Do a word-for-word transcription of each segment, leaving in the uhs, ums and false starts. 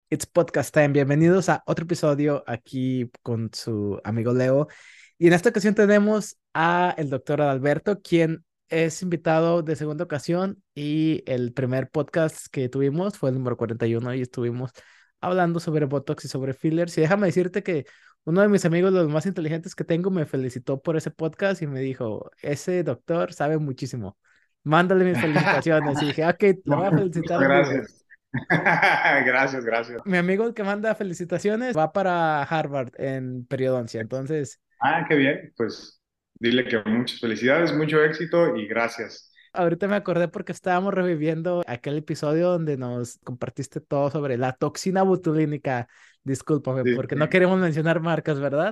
It's Podcast Time. Bienvenidos a otro episodio aquí con su amigo Leo. Y en esta ocasión tenemos a el doctor Adalberto, quien es invitado de segunda ocasión y el primer podcast que tuvimos fue el número cuarenta y uno y estuvimos hablando sobre Botox y sobre fillers. Y déjame decirte que uno de mis amigos, los más inteligentes que tengo, me felicitó por ese podcast y me dijo, ese doctor sabe muchísimo. Mándale mis felicitaciones. Y dije, ok, lo voy a Muchas felicitar, amigo. gracias. Gracias, gracias. Mi amigo el que manda felicitaciones va para Harvard en periodoncia. Entonces, Ah, qué bien. Pues dile que muchas felicidades, mucho éxito y gracias. ahorita me acordé porque estábamos reviviendo aquel episodio donde nos compartiste todo sobre la toxina botulínica. Discúlpame, Sí, porque no sí. queremos mencionar marcas, ¿verdad?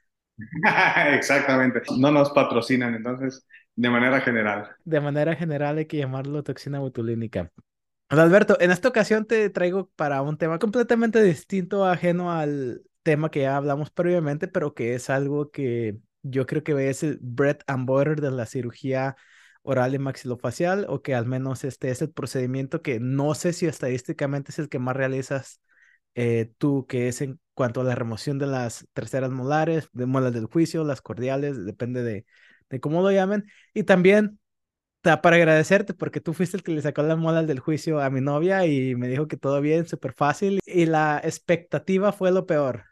Exactamente. No nos patrocinan, entonces, de manera general. De manera general hay que llamarlo toxina botulínica. Hola, Alberto, en esta ocasión te traigo para un tema completamente distinto, ajeno al tema que ya hablamos previamente, pero que es algo que yo creo que es el bread and butter de la cirugía oral y maxilofacial, o que al menos este es el procedimiento que no sé si estadísticamente es el que más realizas eh, tú, que es en cuanto a la remoción de las terceras molares, de muelas del juicio, las cordiales, depende de, de cómo lo llamen, y también ta- para agradecerte porque tú fuiste el que le sacó las muelas del juicio a mi novia y me dijo que todo bien, súper fácil y la expectativa fue lo peor.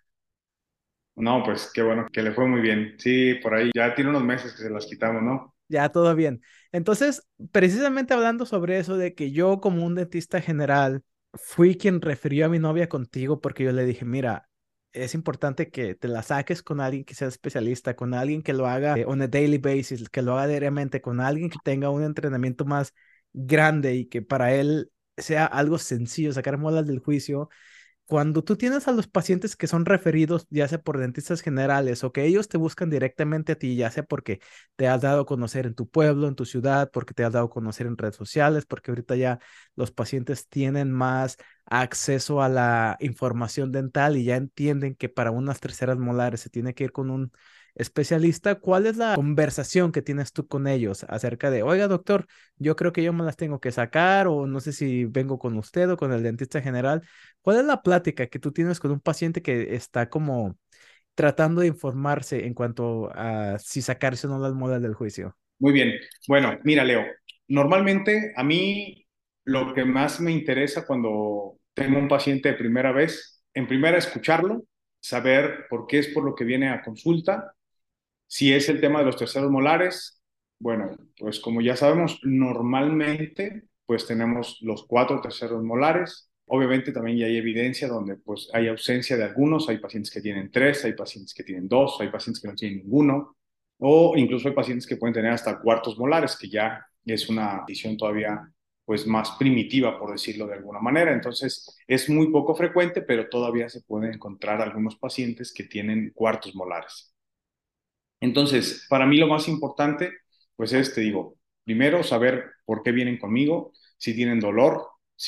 No, pues qué bueno, que le fue muy bien. Sí, por ahí ya tiene unos meses que se las quitamos, ¿no? Ya todo bien. Entonces, precisamente hablando sobre eso de que yo como un dentista general fui quien refirió a mi novia contigo porque yo le dije, mira, es importante que te la saques con alguien que sea especialista, con alguien que lo haga eh, on a daily basis, que lo haga diariamente, con alguien que tenga un entrenamiento más grande y que para él sea algo sencillo, sacar muelas del juicio. Cuando tú tienes a los pacientes que son referidos, ya sea por dentistas generales o que ellos te buscan directamente a ti, ya sea porque te has dado a conocer en tu pueblo, en tu ciudad, porque te has dado a conocer en redes sociales, porque ahorita ya los pacientes tienen más acceso a la información dental y ya entienden que para unas terceras molares se tiene que ir con un especialista. ¿Cuál es la conversación que tienes tú con ellos acerca de, oiga, doctor, yo creo que yo me las tengo que sacar o no sé si vengo con usted o con el dentista general? ¿Cuál es la plática que tú tienes con un paciente que está como tratando de informarse en cuanto a si sacarse o no las muelas del juicio? Muy bien. Bueno, mira, Leo, normalmente a mí lo que más me interesa cuando tengo un paciente de primera vez, en primera escucharlo, saber por qué es por lo que viene a consulta. Si es el tema de los terceros molares, bueno, pues como ya sabemos, normalmente pues tenemos los cuatro terceros molares. Obviamente también ya hay evidencia donde pues hay ausencia de algunos, hay pacientes que tienen tres, hay pacientes que tienen dos, hay pacientes que no tienen ninguno, o incluso hay pacientes que pueden tener hasta cuartos molares, que ya es una visión todavía pues más primitiva, por decirlo de alguna manera. Entonces es muy poco frecuente, pero todavía se pueden encontrar algunos pacientes que tienen cuartos molares. Entonces, para mí lo más importante, pues es, te digo, primero saber por qué vienen conmigo, si tienen dolor,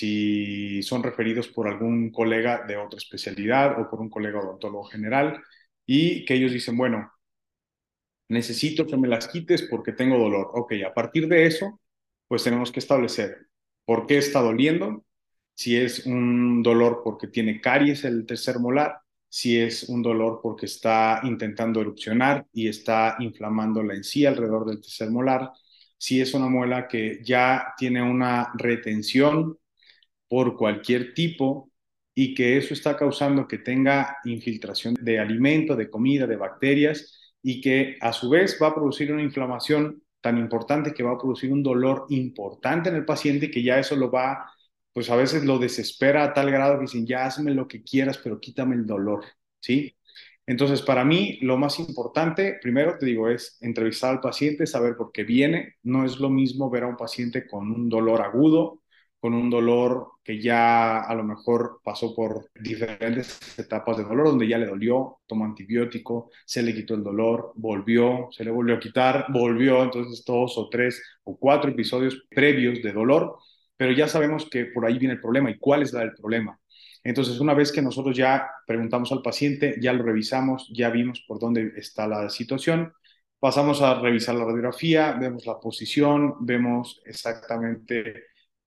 si son referidos por algún colega de otra especialidad o por un colega odontólogo general, y que ellos dicen, bueno, necesito que me las quites porque tengo dolor. Ok, a partir de eso, pues tenemos que establecer por qué está doliendo, si es un dolor porque tiene caries el tercer molar, si es un dolor porque está intentando erupcionar y está inflamando la encía alrededor del tercer molar, si es una muela que ya tiene una retención por cualquier tipo y que eso está causando que tenga infiltración de alimento, de comida, de bacterias y que a su vez va a producir una inflamación tan importante que va a producir un dolor importante en el paciente que ya eso lo va, pues a veces lo desespera a tal grado que dicen, ya hazme lo que quieras, pero quítame el dolor, ¿sí? Entonces, para mí, lo más importante, primero te digo, es entrevistar al paciente, saber por qué viene. No es lo mismo ver a un paciente con un dolor agudo, con un dolor que ya a lo mejor pasó por diferentes etapas de dolor, donde ya le dolió, tomó antibiótico, se le quitó el dolor, volvió, se le volvió a quitar, volvió, entonces dos o tres o cuatro episodios previos de dolor, pero ya sabemos que por ahí viene el problema y cuál es la del problema. Entonces, una vez que nosotros ya preguntamos al paciente, ya lo revisamos, ya vimos por dónde está la situación, pasamos a revisar la radiografía, vemos la posición, vemos exactamente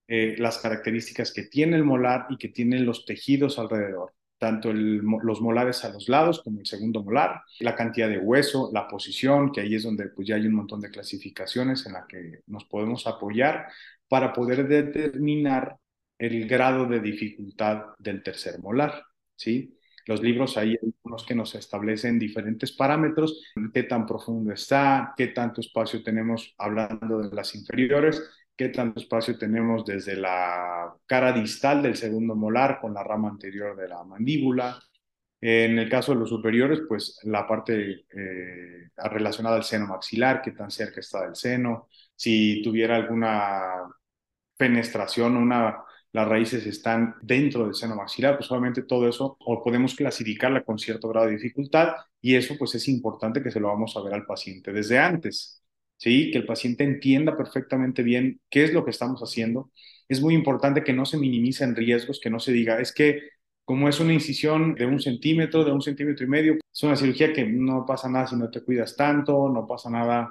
eh, las características que tiene el molar y que tienen los tejidos alrededor, tanto el, los molares a los lados como el segundo molar, la cantidad de hueso, la posición, que ahí es donde pues ya hay un montón de clasificaciones en las que nos podemos apoyar para poder determinar el grado de dificultad del tercer molar, ¿sí? Los libros ahí hay unos que nos establecen diferentes parámetros, qué tan profundo está, qué tanto espacio tenemos hablando de las inferiores, qué tanto espacio tenemos desde la cara distal del segundo molar con la rama anterior de la mandíbula. En el caso de los superiores, pues la parte eh, relacionada al seno maxilar, qué tan cerca está del seno, si tuviera alguna fenestración, una, las raíces están dentro del seno maxilar, pues obviamente todo eso o podemos clasificarla con cierto grado de dificultad y eso pues es importante que se lo vamos a ver al paciente desde antes, ¿sí? Que el paciente entienda perfectamente bien qué es lo que estamos haciendo. Es muy importante que no se minimicen riesgos, que no se diga, es que como es una incisión de un centímetro, de un centímetro y medio, es una cirugía que no pasa nada si no te cuidas tanto, no pasa nada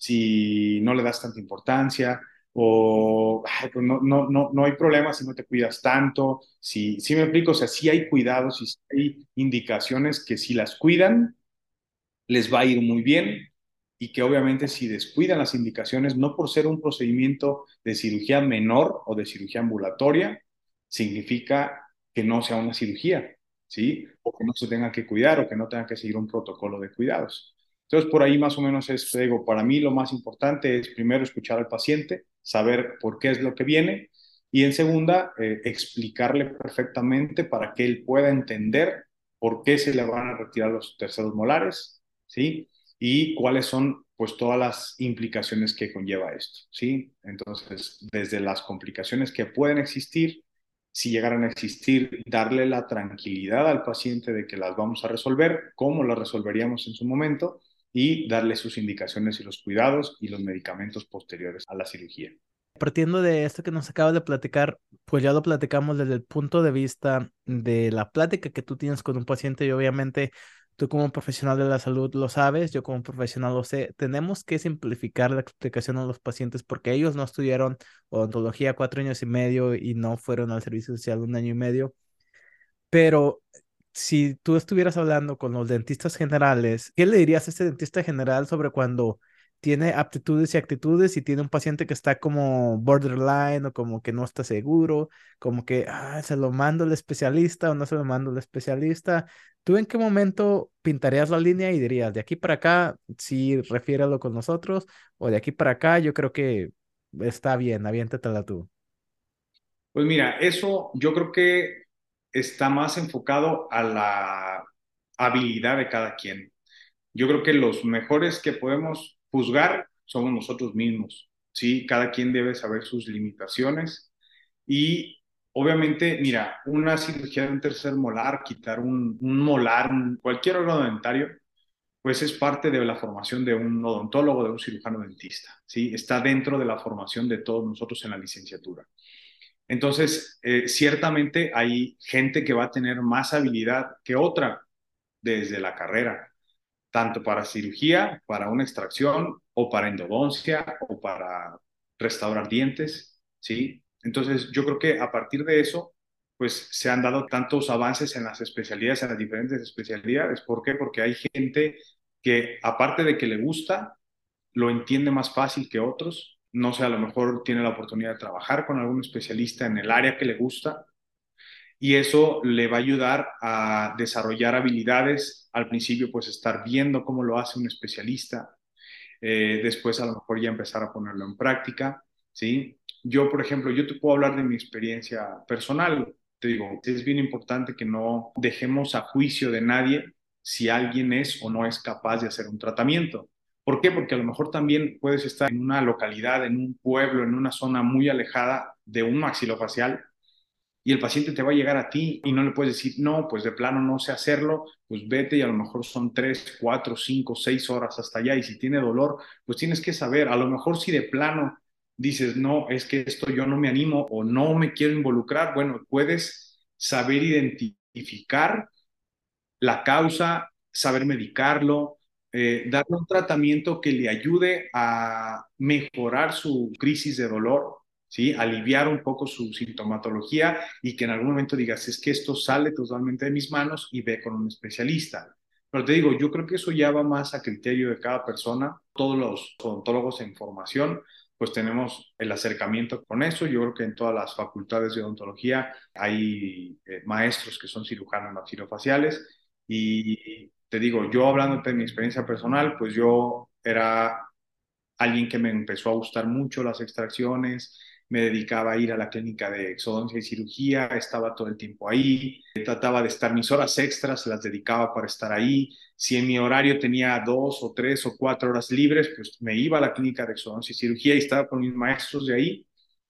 si no le das tanta importancia o ay, pues no, no, no, no hay problema si no te cuidas tanto, si, si me explico, o sea, sí hay cuidados y sí hay indicaciones que si las cuidan, les va a ir muy bien y que obviamente si descuidan las indicaciones, no por ser un procedimiento de cirugía menor o de cirugía ambulatoria, significa que no sea una cirugía, ¿sí? O que no se tenga que cuidar o que no tenga que seguir un protocolo de cuidados. Entonces, por ahí más o menos es, digo, para mí lo más importante es primero escuchar al paciente, saber por qué es lo que viene y en segunda, eh, explicarle perfectamente para que él pueda entender por qué se le van a retirar los terceros molares, ¿sí? Y cuáles son, pues, todas las implicaciones que conlleva esto, ¿sí? Entonces, desde las complicaciones que pueden existir, si llegaran a existir, darle la tranquilidad al paciente de que las vamos a resolver, cómo las resolveríamos en su momento, y darle sus indicaciones y los cuidados y los medicamentos posteriores a la cirugía. Partiendo de esto que nos acabas de platicar, pues ya lo platicamos desde el punto de vista de la plática que tú tienes con un paciente y obviamente tú como profesional de la salud lo sabes, yo como profesional lo sé, tenemos que simplificar la explicación a los pacientes porque ellos no estudiaron odontología cuatro años y medio y no fueron al servicio social un año y medio. Pero si tú estuvieras hablando con los dentistas generales, ¿qué le dirías a este dentista general sobre cuando tiene aptitudes y actitudes y tiene un paciente que está como borderline o como que no está seguro, como que ah, se lo mando al especialista o no se lo mando al especialista? ¿Tú en qué momento pintarías la línea y dirías, de aquí para acá, sí, refiéralo con nosotros, o de aquí para acá, yo creo que está bien, aviéntatela tú? Pues mira, eso yo creo que está más enfocado a la habilidad de cada quien. Yo creo que los mejores que podemos juzgar somos nosotros mismos, ¿sí? Cada quien debe saber sus limitaciones y obviamente, mira, una cirugía de un tercer molar, quitar un, un molar, un- cualquier órgano dentario, pues es parte de la formación de un odontólogo, de un cirujano dentista, ¿sí? Está dentro de la formación de todos nosotros en la licenciatura. Entonces, eh, ciertamente hay gente que va a tener más habilidad que otra desde la carrera, tanto para cirugía, para una extracción, o para endodoncia, o para restaurar dientes, ¿sí? Entonces, yo creo que a partir de eso, pues se han dado tantos avances en las especialidades, en las diferentes especialidades. ¿Por qué? Porque hay gente que, aparte de que le gusta, lo entiende más fácil que otros. No sé, a lo mejor tiene la oportunidad de trabajar con algún especialista en el área que le gusta y eso le va a ayudar a desarrollar habilidades. Al principio, pues estar viendo cómo lo hace un especialista, eh, después a lo mejor ya empezar a ponerlo en práctica, ¿sí? Yo, por ejemplo, yo te puedo hablar de mi experiencia personal. Te digo, es bien importante que no dejemos a juicio de nadie si alguien es o no es capaz de hacer un tratamiento. ¿Por qué? Porque a lo mejor también puedes estar en una localidad, en un pueblo, en una zona muy alejada de un maxilofacial y el paciente te va a llegar a ti y no le puedes decir, no, pues de plano no sé hacerlo, pues vete y a lo mejor son tres, cuatro, cinco, seis horas hasta allá y si tiene dolor, pues tienes que saber, a lo mejor si de plano dices, no, es que esto yo no me animo o no me quiero involucrar, bueno, puedes saber identificar la causa, saber medicarlo, eh, darle un tratamiento que le ayude a mejorar su crisis de dolor, ¿sí? Aliviar un poco su sintomatología y que en algún momento digas, es que esto sale totalmente de mis manos y ve con un especialista. Pero te digo, yo creo que eso ya va más a criterio de cada persona. Todos los odontólogos en formación, pues tenemos el acercamiento con eso. Yo creo que en todas las facultades de odontología hay eh, maestros que son cirujanos maxilofaciales y te digo, yo hablando de mi experiencia personal, pues yo era alguien que me empezó a gustar mucho las extracciones, me dedicaba a ir a la clínica de exodoncia y cirugía, estaba todo el tiempo ahí, trataba de estar mis horas extras, las dedicaba para estar ahí. Si en mi horario tenía dos o tres o cuatro horas libres, pues me iba a la clínica de exodoncia y cirugía y estaba con mis maestros de ahí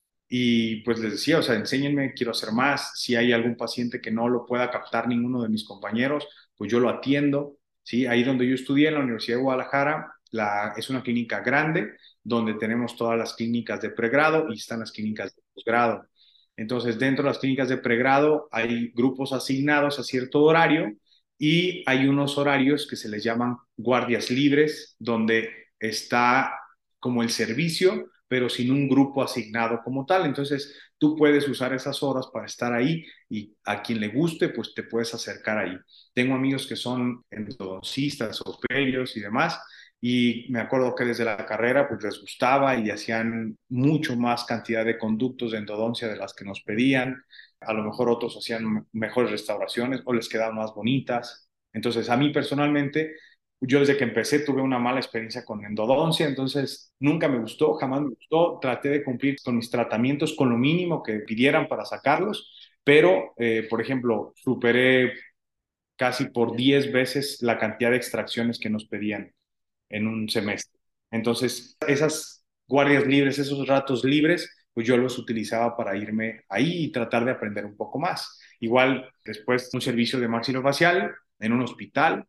y pues les decía, o sea, enséñenme, quiero hacer más. Si hay algún paciente que no lo pueda captar ninguno de mis compañeros, pues yo lo atiendo, ¿sí? Ahí donde yo estudié, en la Universidad de Guadalajara, la, es una clínica grande donde tenemos todas las clínicas de pregrado y están las clínicas de posgrado. Entonces, dentro de las clínicas de pregrado hay grupos asignados a cierto horario y hay unos horarios que se les llaman guardias libres, donde está como el servicio pero sin un grupo asignado como tal. Entonces, tú puedes usar esas horas para estar ahí y a quien le guste, pues te puedes acercar ahí. Tengo amigos que son endodoncistas, operios y demás, y me acuerdo que desde la carrera pues les gustaba y hacían mucho más cantidad de conductos de endodoncia de las que nos pedían. A lo mejor otros hacían mejores restauraciones o les quedaban más bonitas. Entonces, a mí personalmente yo desde que empecé tuve una mala experiencia con endodoncia, entonces nunca me gustó, jamás me gustó. Traté de cumplir con mis tratamientos con lo mínimo que pidieran para sacarlos, pero, eh, por ejemplo, superé casi por diez veces la cantidad de extracciones que nos pedían en un semestre. Entonces, esas guardias libres, esos ratos libres, pues yo los utilizaba para irme ahí y tratar de aprender un poco más. Igual, después, un servicio de maxilofacial en un hospital,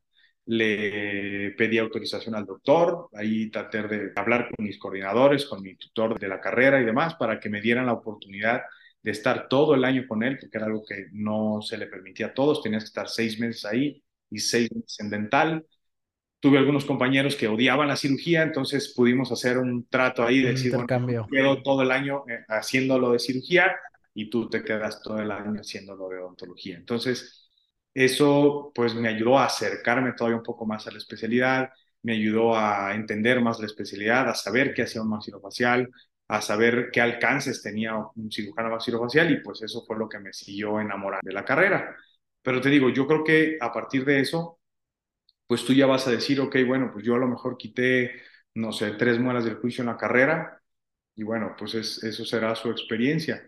le pedí autorización al doctor, ahí traté de hablar con mis coordinadores, con mi tutor de la carrera y demás, para que me dieran la oportunidad de estar todo el año con él, porque era algo que no se le permitía a todos, tenías que estar seis meses ahí y seis meses en dental. Tuve algunos compañeros que odiaban la cirugía, entonces pudimos hacer un trato ahí de Un decir, bueno, yo intercambio. quedo todo el año eh, haciendo lo de cirugía y tú te quedas todo el año haciendo lo de odontología. Entonces, eso pues me ayudó a acercarme todavía un poco más a la especialidad, me ayudó a entender más la especialidad, a saber qué hacía un maxilofacial, a saber qué alcances tenía un cirujano maxilofacial y pues eso fue lo que me siguió enamorando de la carrera. Pero te digo, yo creo que a partir de eso pues tú ya vas a decir, ok, bueno, pues yo a lo mejor quité, no sé, tres muelas del juicio en la carrera y bueno, pues es, eso será su experiencia.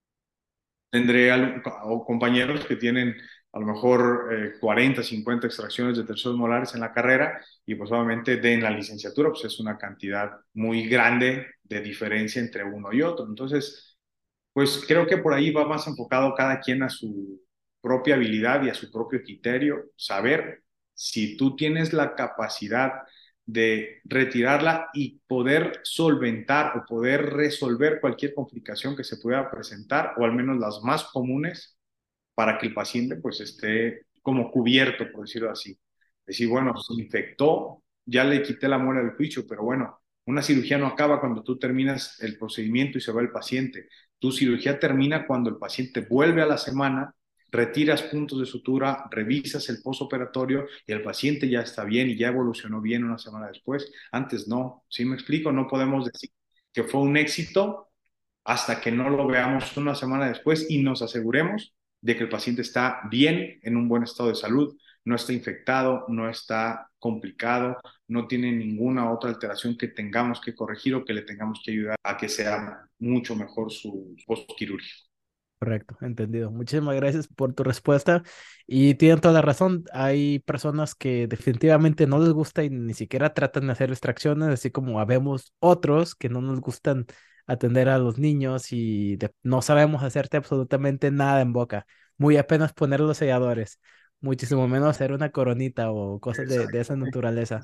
Tendré al- o compañeros que tienen a lo mejor eh, cuarenta, cincuenta extracciones de terceros molares en la carrera y pues obviamente de en la licenciatura pues es una cantidad muy grande de diferencia entre uno y otro. Entonces, pues creo que por ahí va más enfocado cada quien a su propia habilidad y a su propio criterio, saber si tú tienes la capacidad de retirarla y poder solventar o poder resolver cualquier complicación que se pueda presentar, o al menos las más comunes, para que el paciente pues esté como cubierto, por decirlo así. Decir, bueno, se infectó, ya le quité la muela del juicio, pero bueno, una cirugía no acaba cuando tú terminas el procedimiento y se va el paciente. Tu cirugía termina cuando el paciente vuelve a la semana, retiras puntos de sutura, revisas el postoperatorio y el paciente ya está bien y ya evolucionó bien una semana después. Antes no, ¿sí me explico? No podemos decir que fue un éxito hasta que no lo veamos una semana después y nos aseguremos de que el paciente está bien, en un buen estado de salud, no está infectado, no está complicado, no tiene ninguna otra alteración que tengamos que corregir o que le tengamos que ayudar a que sea mucho mejor su postquirúrgico. Correcto, entendido. Muchísimas gracias por tu respuesta. Y tienen toda la razón. Hay personas que definitivamente no les gusta y ni siquiera tratan de hacer extracciones, así como habemos otros que no nos gustan atender a los niños y de- no sabemos hacerte absolutamente nada en boca. Muy apenas poner los selladores, muchísimo menos hacer una coronita o cosas de, de esa Exacto. naturaleza.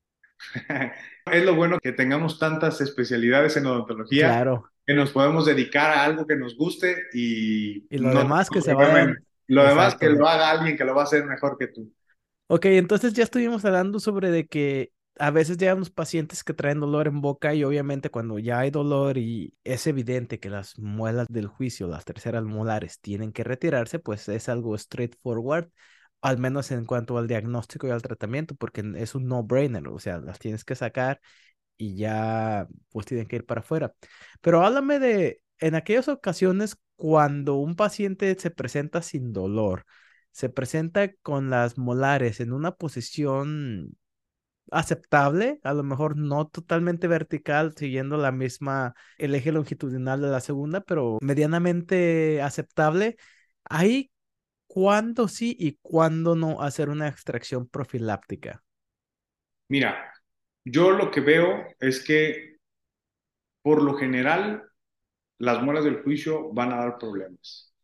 Es lo bueno que tengamos tantas especialidades en odontología, Claro. que nos podemos dedicar a algo que nos guste y Y lo no demás que tenemos se problema vayan. en lo demás que Exacto. lo haga alguien que lo va a hacer mejor que tú. Ok, entonces ya estuvimos hablando sobre de que a veces llegan los pacientes que traen dolor en boca y obviamente cuando ya hay dolor y es evidente que las muelas del juicio, las terceras molares, tienen que retirarse, pues es algo straightforward, al menos en cuanto al diagnóstico y al tratamiento, porque es un no-brainer, o sea, las tienes que sacar y ya pues tienen que ir para afuera. Pero háblame de, en aquellas ocasiones cuando un paciente se presenta sin dolor, se presenta con las molares en una posición aceptable, a lo mejor no totalmente vertical, siguiendo la misma, el eje longitudinal de la segunda, pero medianamente aceptable. Ahí, ¿cuándo sí y cuándo no hacer una extracción profiláctica? Mira, yo lo que veo es que por lo general las muelas del juicio van a dar problemas,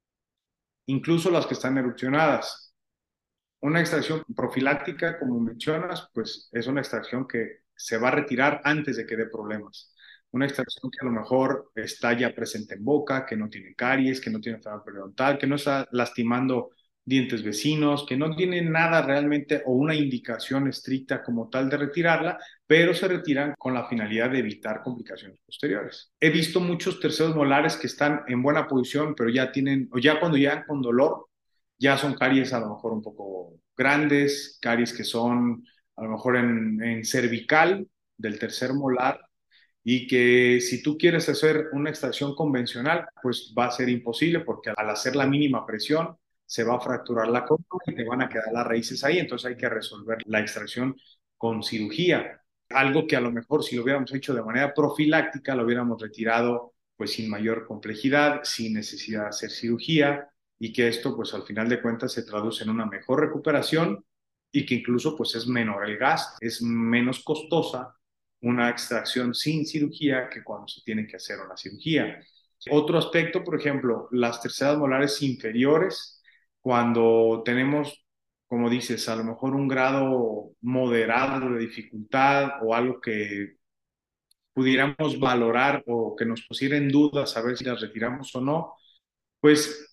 incluso las que están erupcionadas. Una extracción profiláctica, como mencionas, pues es una extracción que se va a retirar antes de que dé problemas. Una extracción que a lo mejor está ya presente en boca, que no tiene caries, que no tiene enfermedad periodontal, que no está lastimando dientes vecinos, que no tiene nada realmente o una indicación estricta como tal de retirarla, pero se retiran con la finalidad de evitar complicaciones posteriores. He visto muchos terceros molares que están en buena posición, pero ya tienen, o ya cuando llegan con dolor, ya son caries a lo mejor un poco grandes, caries que son a lo mejor en, en cervical del tercer molar y que si tú quieres hacer una extracción convencional, pues va a ser imposible porque al hacer la mínima presión se va a fracturar la copa y te van a quedar las raíces ahí, entonces hay que resolver la extracción con cirugía. Algo que a lo mejor si lo hubiéramos hecho de manera profiláctica, lo hubiéramos retirado pues sin mayor complejidad, sin necesidad de hacer cirugía y que esto pues al final de cuentas se traduce en una mejor recuperación y que incluso pues es menor el gasto, es menos costosa una extracción sin cirugía que cuando se tiene que hacer una cirugía. Otro aspecto, por ejemplo, las terceras molares inferiores, cuando tenemos, como dices, a lo mejor un grado moderado de dificultad o algo que pudiéramos valorar o que nos pusiera en duda saber si las retiramos o no, pues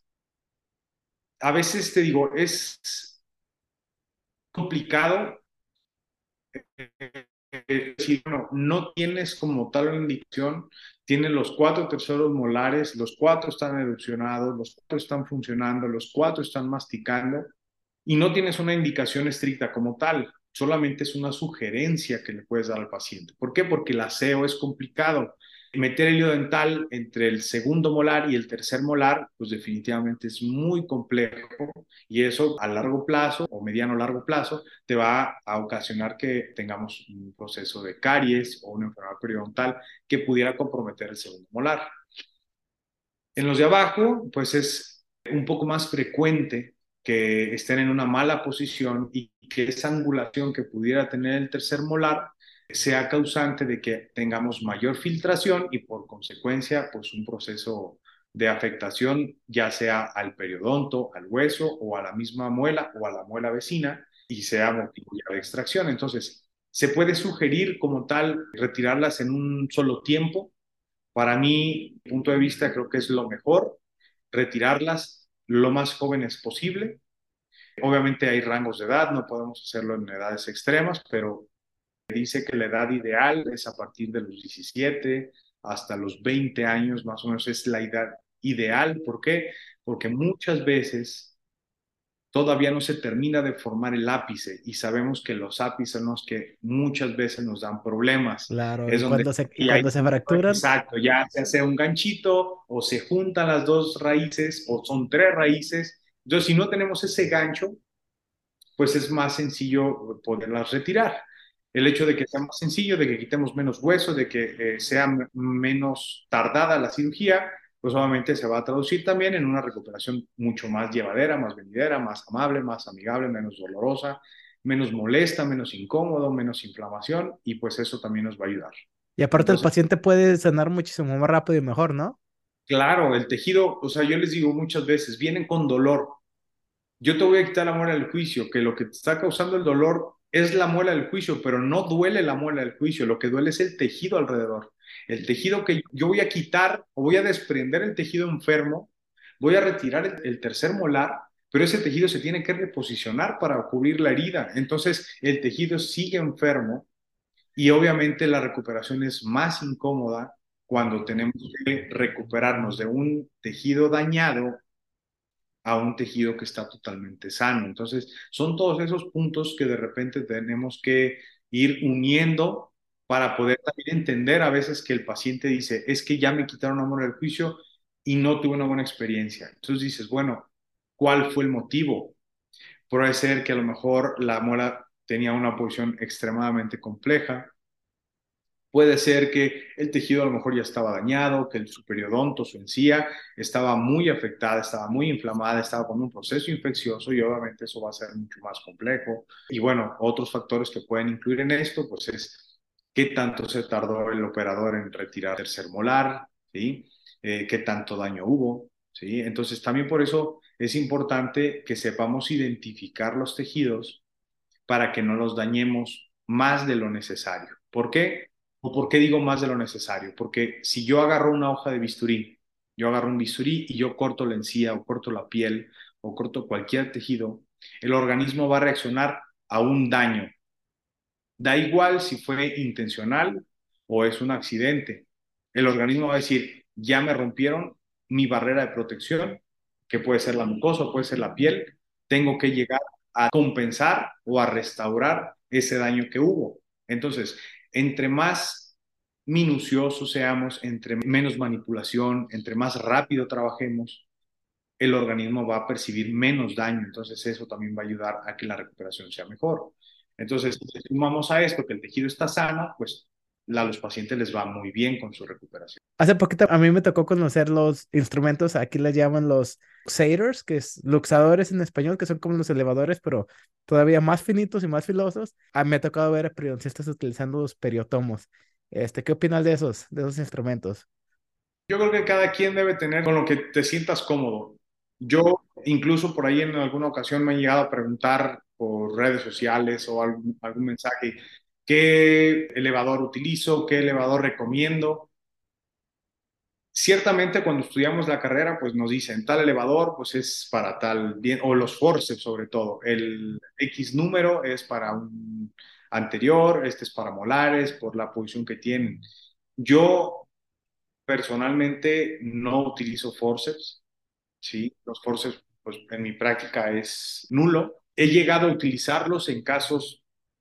a veces te digo, es complicado eh, si bueno, no tienes como tal una indicación, tienes los cuatro terceros molares, los cuatro están erupcionados, los cuatro están funcionando, los cuatro están masticando y no tienes una indicación estricta como tal, solamente es una sugerencia que le puedes dar al paciente. ¿Por qué? Porque el aseo es complicado. Meter el hilo dental entre el segundo molar y el tercer molar, pues definitivamente es muy complejo y eso a largo plazo o mediano largo plazo te va a ocasionar que tengamos un proceso de caries o una enfermedad periodontal que pudiera comprometer el segundo molar. En los de abajo, pues es un poco más frecuente que estén en una mala posición y que esa angulación que pudiera tener el tercer molar sea causante de que tengamos mayor filtración y por consecuencia, pues un proceso de afectación, ya sea al periodonto, al hueso o a la misma muela o a la muela vecina y sea motivo ya de extracción. Entonces, se puede sugerir como tal retirarlas en un solo tiempo. Para mí, punto de vista, creo que es lo mejor, retirarlas lo más jóvenes posible. Obviamente hay rangos de edad, no podemos hacerlo en edades extremas, pero dice que la edad ideal es a partir de los diecisiete hasta los veinte años, más o menos es la edad ideal. ¿Por qué? Porque muchas veces todavía no se termina de formar el ápice y sabemos que los ápices son los que muchas veces nos dan problemas. Claro, Es y donde cuando se, y y hay, cuando se fracturan, exacto, ya se hace un ganchito o se juntan las dos raíces o son tres raíces. Entonces, si no tenemos ese gancho, pues es más sencillo poderlas retirar. El hecho de que sea más sencillo, de que quitemos menos hueso, de que eh, sea menos tardada la cirugía, pues obviamente se va a traducir también en una recuperación mucho más llevadera, más venidera, más amable, más amigable, menos dolorosa, menos molesta, menos incómodo, menos inflamación y pues eso también nos va a ayudar. y aparte el Entonces, paciente puede sanar muchísimo más rápido y mejor, ¿no? claro, el tejido, o sea, yo les digo muchas veces, vienen con dolor. Yo te voy a quitar la muela del juicio, que lo que te está causando el dolor es la muela del juicio, pero no duele la muela del juicio, lo que duele es el tejido alrededor. El tejido que yo voy a quitar o voy a desprender el tejido enfermo, voy a retirar el, el tercer molar pero ese tejido se tiene que reposicionar para cubrir la herida. Entonces, el tejido sigue enfermo y obviamente la recuperación es más incómoda cuando tenemos que recuperarnos de un tejido dañado a un tejido que está totalmente sano. Entonces, son todos esos puntos que de repente tenemos que ir uniendo para poder también entender a veces que el paciente dice, es que ya me quitaron amor del juicio y no tuve una buena experiencia. Entonces dices, bueno, ¿cuál fue el motivo? Puede ser que a lo mejor la muela tenía una posición extremadamente compleja. Puede ser que el tejido a lo mejor ya estaba dañado, que el superiodonto, su encía, estaba muy afectada, estaba muy inflamada, estaba con un proceso infeccioso y obviamente eso va a ser mucho más complejo. Y bueno, otros factores que pueden incluir en esto, pues es qué tanto se tardó el operador en retirar el tercer molar, ¿sí? Eh, qué tanto daño hubo, ¿sí? Entonces también por eso es importante que sepamos identificar los tejidos para que no los dañemos más de lo necesario. ¿Por qué? ¿O por qué digo más de lo necesario? Porque si yo agarro una hoja de bisturí, yo agarro un bisturí y yo corto la encía o corto la piel o corto cualquier tejido, el organismo va a reaccionar a un daño. Da igual si fue intencional o es un accidente. El organismo va a decir, ya me rompieron mi barrera de protección, que puede ser la mucosa, puede ser la piel, tengo que llegar a compensar o a restaurar ese daño que hubo. Entonces, entre más minuciosos seamos, entre menos manipulación, entre más rápido trabajemos, el organismo va a percibir menos daño, entonces eso también va a ayudar a que la recuperación sea mejor. Entonces, si sumamos a esto que el tejido está sano, pues a los pacientes les va muy bien con su recuperación. Hace poquito a mí me tocó conocer los instrumentos, aquí les llaman los luxators, que es luxadores en español, que son como los elevadores, pero todavía más finitos y más filosos. A mí me ha tocado ver a periodistas utilizando los periotomos. Este, ¿qué opinas de esos, de esos instrumentos? Yo creo que cada quien debe tener con lo que te sientas cómodo. Yo incluso por ahí en alguna ocasión me han llegado a preguntar por redes sociales o algún, algún mensaje, ¿qué elevador utilizo? ¿Qué elevador recomiendo? Ciertamente cuando estudiamos la carrera, pues nos dicen tal elevador, pues es para tal bien, o los forceps sobre todo. El X número es para un anterior, este es para molares, por la posición que tienen. Yo personalmente no utilizo forceps, ¿sí? Los forceps, pues en mi práctica es nulo. He llegado a utilizarlos en casos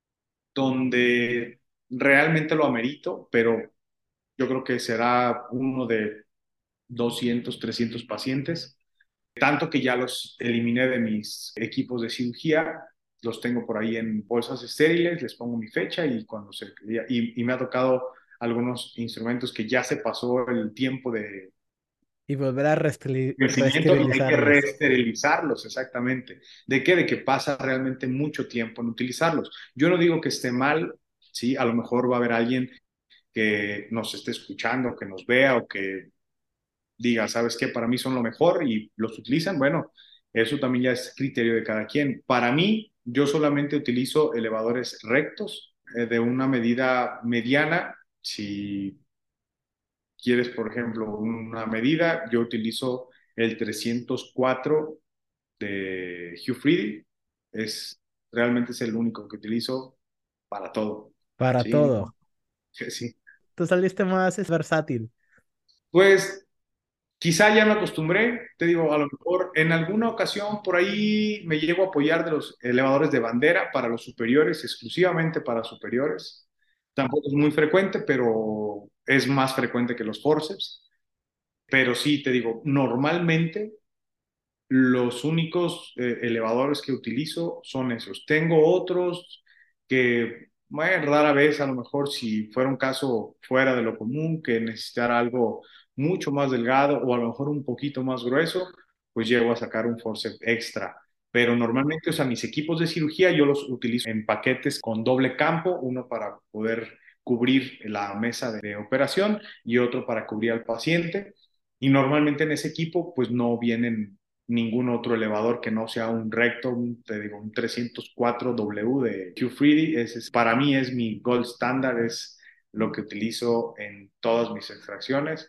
donde realmente lo amerito, pero yo creo que será uno de doscientos, trescientos pacientes, tanto que ya los eliminé de mis equipos de cirugía, los tengo por ahí en bolsas estériles, les pongo mi fecha y cuando se y, y me ha tocado algunos instrumentos que ya se pasó el tiempo de Y volver a resteri- crecimiento y hay que reesterilizarlos. reesterilizarlos, exactamente. ¿De qué? De que pasa realmente mucho tiempo en utilizarlos. Yo no digo que esté mal, ¿sí? A lo mejor va a haber alguien que nos esté escuchando, que nos vea o que diga, ¿sabes qué? Para mí son lo mejor y los utilizan, bueno, eso también ya es criterio de cada quien. Para mí, yo solamente utilizo elevadores rectos eh, de una medida mediana. Si quieres, por ejemplo, una medida, yo utilizo el trescientos cuatro de Hugh Freedy. Es, realmente es el único que utilizo para todo. Para Sí, todo. no, sí. Tú saliste más es versátil. Pues quizá ya me acostumbré, te digo, a lo mejor en alguna ocasión por ahí me llego a apoyar de los elevadores de bandera para los superiores, exclusivamente para superiores. Tampoco es muy frecuente, pero es más frecuente que los forceps. Pero sí, te digo, normalmente los únicos eh, elevadores que utilizo son esos. Tengo otros que, bueno, rara vez, a lo mejor si fuera un caso fuera de lo común, que necesitara algo mucho más delgado o a lo mejor un poquito más grueso, pues llego a sacar un forceps extra. Pero normalmente, o sea, mis equipos de cirugía yo los utilizo en paquetes con doble campo, uno para poder cubrir la mesa de operación y otro para cubrir al paciente. Y normalmente en ese equipo, pues no vienen ningún otro elevador que no sea un recto, un, te digo, un trescientos cuatro W de Q Freedy. Ese es, para mí es mi gold standard, es lo que utilizo en todas mis extracciones.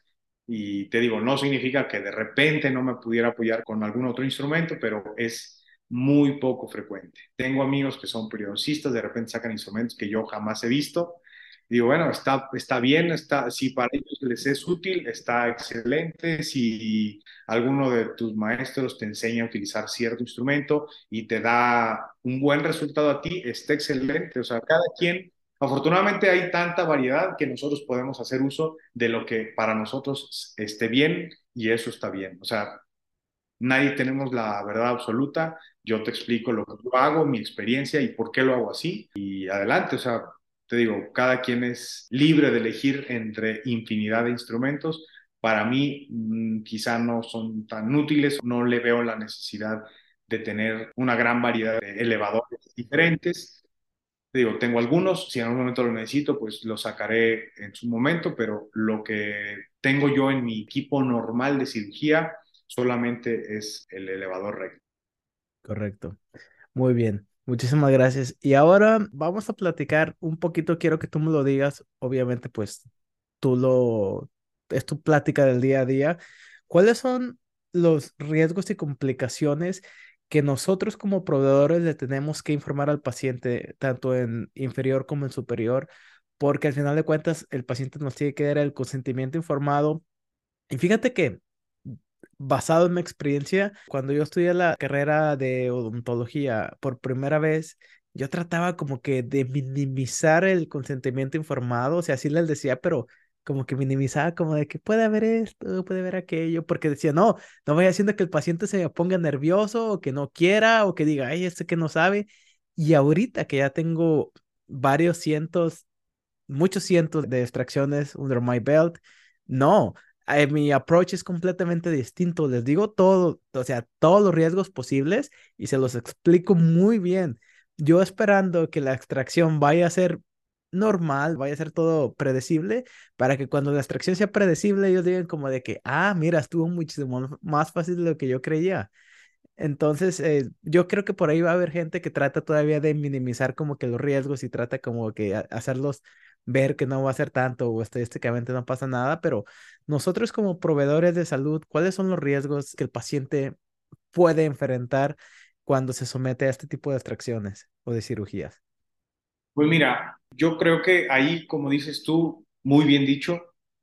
Y te digo, no significa que de repente no me pudiera apoyar con algún otro instrumento, pero es muy poco frecuente. Tengo amigos que son periodistas, de repente sacan instrumentos que yo jamás he visto. Digo, bueno, está, está bien, está, si para ellos les es útil, está excelente. Si alguno de tus maestros te enseña a utilizar cierto instrumento y te da un buen resultado a ti, está excelente. O sea, cada quien, afortunadamente hay tanta variedad que nosotros podemos hacer uso de lo que para nosotros esté bien y eso está bien. O sea, nadie tenemos la verdad absoluta. Yo te explico lo que yo hago, mi experiencia y por qué lo hago así. Y adelante, o sea, te digo, cada quien es libre de elegir entre infinidad de instrumentos. Para mí, mmm, quizá no son tan útiles, no le veo la necesidad de tener una gran variedad de elevadores diferentes. Te digo, tengo algunos, si en algún momento lo necesito, pues lo sacaré en su momento, pero lo que tengo yo en mi equipo normal de cirugía solamente es el elevador recto. Correcto. Muy bien. Muchísimas gracias. Y ahora vamos a platicar un poquito, quiero que tú me lo digas, obviamente pues tú lo, es tu plática del día a día. ¿Cuáles son los riesgos y complicaciones que nosotros como proveedores le tenemos que informar al paciente, tanto en inferior como en superior? Porque al final de cuentas el paciente nos tiene que dar el consentimiento informado. Y fíjate que, basado en mi experiencia, cuando yo estudié la carrera de odontología por primera vez, yo trataba como que de minimizar el consentimiento informado, o sea, así les decía, pero como que minimizaba como de que puede haber esto, puede haber aquello, porque decía, no, no vaya haciendo que el paciente se ponga nervioso o que no quiera o que diga, ay, este que no sabe. Y ahorita que ya tengo varios cientos, muchos cientos de extracciones under my belt. No, eh, mi approach es completamente distinto. Les digo todo, o sea, todos los riesgos posibles y se los explico muy bien. Yo esperando que la extracción vaya a ser normal, vaya a ser todo predecible, para que cuando la extracción sea predecible, ellos digan como de que, ah, mira, estuvo muchísimo más fácil de lo que yo creía. Entonces, eh, yo creo que por ahí va a haber gente que trata todavía de minimizar como que los riesgos y trata como que a- hacerlos ver que no va a ser tanto o estadísticamente no pasa nada, pero nosotros como proveedores de salud, ¿cuáles son los riesgos que el paciente puede enfrentar cuando se somete a este tipo de extracciones o de cirugías? Pues mira, yo creo que ahí, como dices tú, muy bien dicho,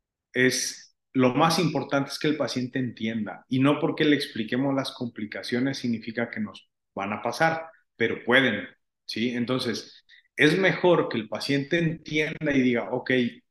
es lo más importante es que el paciente entienda y no porque le expliquemos las complicaciones significa que nos van a pasar, pero pueden, ¿sí? Entonces, es mejor que el paciente entienda y diga, ok,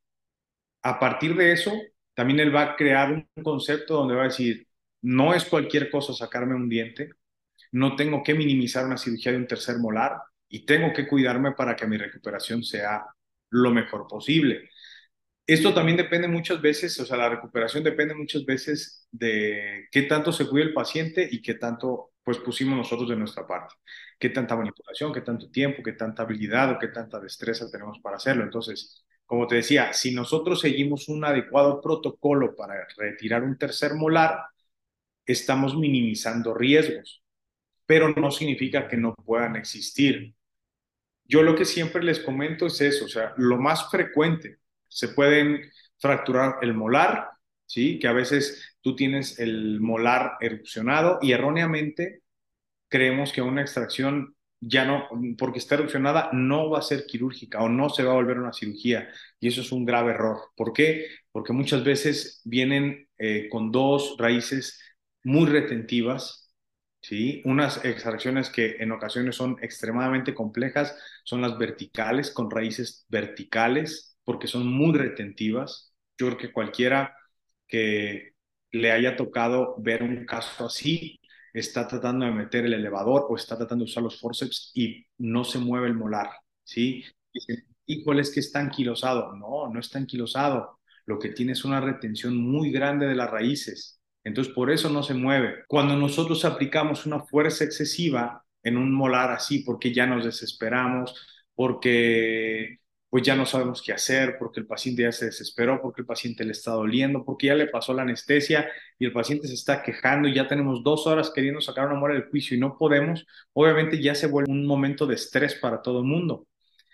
a partir de eso, también él va a crear un concepto donde va a decir, no es cualquier cosa sacarme un diente, no tengo que minimizar una cirugía de un tercer molar y tengo que cuidarme para que mi recuperación sea lo mejor posible. Esto también depende muchas veces, o sea, la recuperación depende muchas veces de qué tanto se cuida el paciente y qué tanto pues pusimos nosotros de nuestra parte. Qué tanta manipulación, qué tanto tiempo, qué tanta habilidad o qué tanta destreza tenemos para hacerlo. Entonces, como te decía, si nosotros seguimos un adecuado protocolo para retirar un tercer molar, estamos minimizando riesgos, pero no significa que no puedan existir. Yo lo que siempre les comento es eso, o sea, lo más frecuente, se pueden fracturar el molar, ¿sí? Que a veces tú tienes el molar erupcionado y erróneamente creemos que una extracción ya no, porque está erupcionada, no va a ser quirúrgica o no se va a volver una cirugía. Y eso es un grave error. ¿Por qué? Porque muchas veces vienen eh, con dos raíces muy retentivas, ¿sí? Unas extracciones que en ocasiones son extremadamente complejas, son las verticales, con raíces verticales, porque son muy retentivas. Yo creo que cualquiera que le haya tocado ver un caso así, está tratando de meter el elevador o está tratando de usar los forceps y no se mueve el molar, ¿sí? Dicen, híjole, es que está anquilosado. No, no está anquilosado. Lo que tiene es una retención muy grande de las raíces. Entonces, por eso no se mueve. Cuando nosotros aplicamos una fuerza excesiva en un molar así, porque ya nos desesperamos, porque pues ya no sabemos qué hacer, porque el paciente ya se desesperó, porque el paciente le está doliendo, porque ya le pasó la anestesia y el paciente se está quejando y ya tenemos dos horas queriendo sacar una muela del juicio y no podemos, obviamente ya se vuelve un momento de estrés para todo el mundo.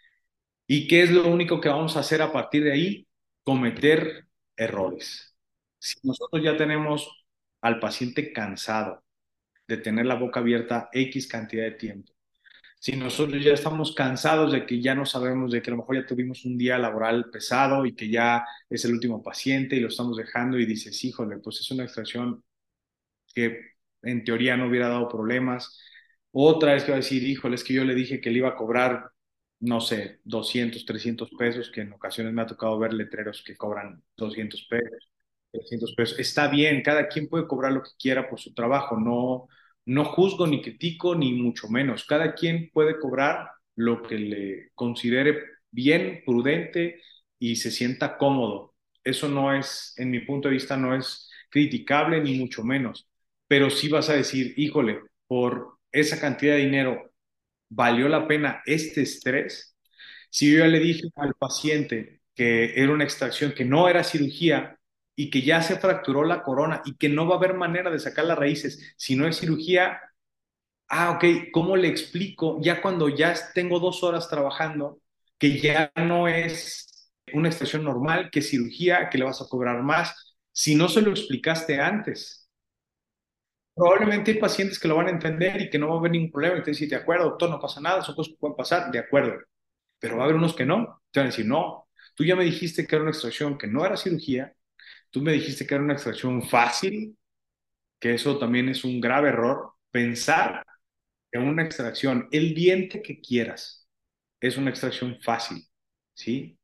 ¿Y qué es lo único que vamos a hacer a partir de ahí? Cometer errores. Si nosotros ya tenemos al paciente cansado de tener la boca abierta X cantidad de tiempo, si nosotros ya estamos cansados de que ya no sabemos, de que a lo mejor ya tuvimos un día laboral pesado y que ya es el último paciente y lo estamos dejando y dices, híjole, pues es una extracción que en teoría no hubiera dado problemas. Otra es que va a decir, híjole, es que yo le dije que le iba a cobrar, no sé, doscientos trescientos pesos, que en ocasiones me ha tocado ver letreros que cobran doscientos pesos, trescientos pesos. Está bien, cada quien puede cobrar lo que quiera por su trabajo, no, no juzgo ni critico, ni mucho menos. Cada quien puede cobrar lo que le considere bien, prudente y se sienta cómodo. Eso no es, en mi punto de vista, no es criticable ni mucho menos, pero sí vas a decir, híjole, por esa cantidad de dinero, ¿valió la pena este estrés? Si yo ya le dije al paciente que era una extracción, que no era cirugía y que ya se fracturó la corona y que no va a haber manera de sacar las raíces si no es cirugía, ah, ok, ¿cómo le explico ya cuando ya tengo dos horas trabajando que ya no es una extracción normal, que es cirugía, que le vas a cobrar más, si no se lo explicaste antes? Probablemente hay pacientes que lo van a entender y que no va a haber ningún problema y te dicen, de acuerdo, doctor, no pasa nada, son cosas que pueden pasar, de acuerdo. Pero va a haber unos que no, te van a decir, no, tú ya me dijiste que era una extracción que no era cirugía, tú me dijiste que era una extracción fácil, que eso también es un grave error, pensar en una extracción, el diente que quieras, es una extracción fácil, ¿sí?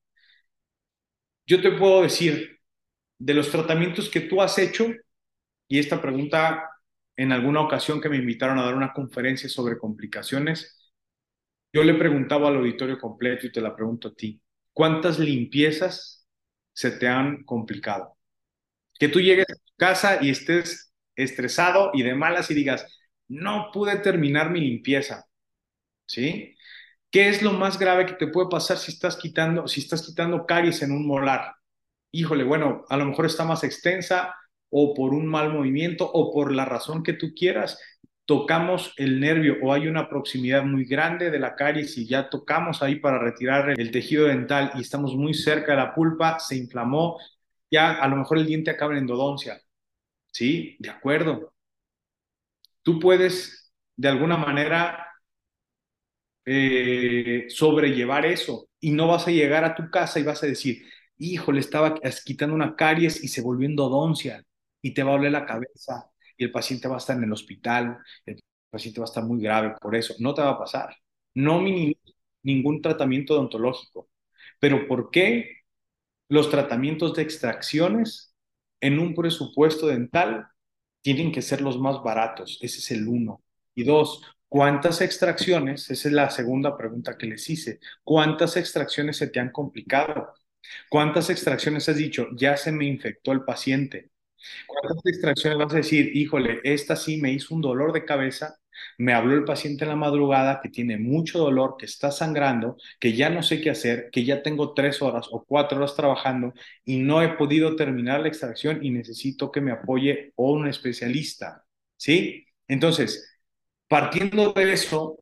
Yo te puedo decir, de los tratamientos que tú has hecho, y esta pregunta en alguna ocasión que me invitaron a dar una conferencia sobre complicaciones, yo le preguntaba al auditorio completo y te la pregunto a ti, ¿cuántas limpiezas se te han complicado? Que tú llegues a tu casa y estés estresado y de malas y digas, no pude terminar mi limpieza, ¿sí? ¿Qué es lo más grave que te puede pasar si estás quitando, si estás quitando caries en un molar? Híjole, bueno, a lo mejor está más extensa o por un mal movimiento o por la razón que tú quieras, tocamos el nervio o hay una proximidad muy grande de la caries y ya tocamos ahí para retirar el tejido dental y estamos muy cerca de la pulpa, se inflamó, ya a lo mejor el diente acaba en endodoncia, ¿sí? De acuerdo. Tú puedes de alguna manera eh, sobrellevar eso y no vas a llegar a tu casa y vas a decir, híjole, estaba quitando una caries y se volvió endodoncia y te va a doler la cabeza y el paciente va a estar en el hospital, el paciente va a estar muy grave por eso. No te va a pasar. No minimizo ningún tratamiento odontológico. Pero ¿por qué los tratamientos de extracciones en un presupuesto dental tienen que ser los más baratos? Ese es el uno. Y dos, ¿cuántas extracciones? Esa es la segunda pregunta que les hice. ¿Cuántas extracciones se te han complicado? ¿Cuántas extracciones has dicho, ya se me infectó el paciente? ¿Cuántas extracciones vas a decir, híjole, esta sí me hizo un dolor de cabeza? Me habló el paciente en la madrugada que tiene mucho dolor, que está sangrando, que ya no sé qué hacer, que ya tengo tres horas o cuatro horas trabajando y no he podido terminar la extracción y necesito que me apoye o un especialista, ¿sí? Entonces, partiendo de eso,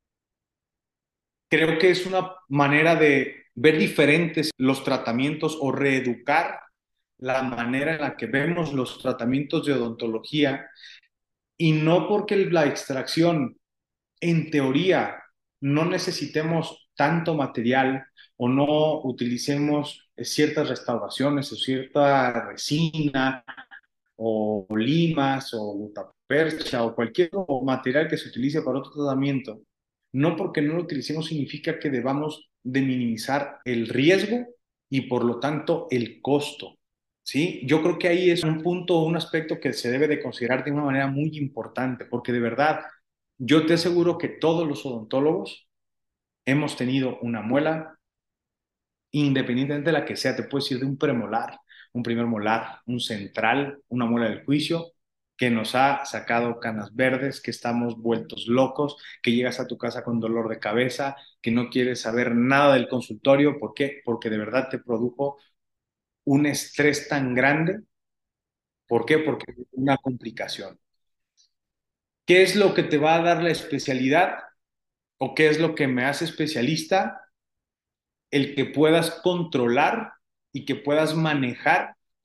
creo que es una manera de ver diferentes los tratamientos o reeducar la manera en la que vemos los tratamientos de odontología y no porque la extracción, en teoría, no necesitemos tanto material o no utilicemos ciertas restauraciones o cierta resina o limas o gutapercha o cualquier otro material que se utilice para otro tratamiento, no porque no lo utilicemos significa que debamos de minimizar el riesgo y por lo tanto el costo, ¿sí? Yo creo que ahí es un punto, un aspecto que se debe de considerar de una manera muy importante, porque de verdad, yo te aseguro que todos los odontólogos hemos tenido una muela, independientemente de la que sea, te puedes ir de un premolar, un primer molar, un central, una muela del juicio, que nos ha sacado canas verdes, que estamos vueltos locos, que llegas a tu casa con dolor de cabeza, que no quieres saber nada del consultorio. ¿Por qué? Porque de verdad te produjo un estrés tan grande. ¿Por qué? Porque es una complicación. ¿Qué es lo que te va a dar la especialidad o qué es lo que me hace especialista? El que puedas controlar y que puedas manejar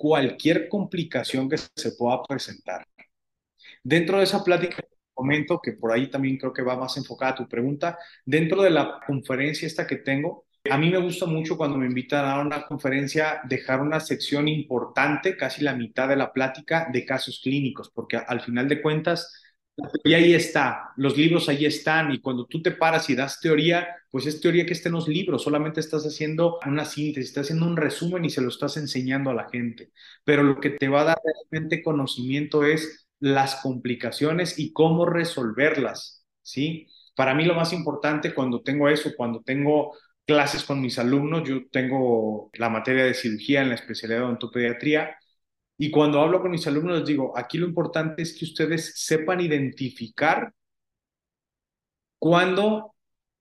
cualquier complicación que se pueda presentar. Dentro de esa plática, comento que por ahí también creo que va más enfocada a tu pregunta. Dentro de la conferencia esta que tengo, a mí me gusta mucho cuando me invitan a dar una conferencia dejar una sección importante, casi la mitad de la plática, de casos clínicos, porque al final de cuentas, la teoría ahí está, los libros ahí están, y cuando tú te paras y das teoría, pues es teoría que está en los libros, solamente estás haciendo una síntesis, estás haciendo un resumen y se lo estás enseñando a la gente. Pero lo que te va a dar realmente conocimiento es las complicaciones y cómo resolverlas, ¿sí? Para mí lo más importante cuando tengo eso, cuando tengo clases con mis alumnos, yo tengo la materia de cirugía en la especialidad de odontopediatría, y cuando hablo con mis alumnos les digo, aquí lo importante es que ustedes sepan identificar cuándo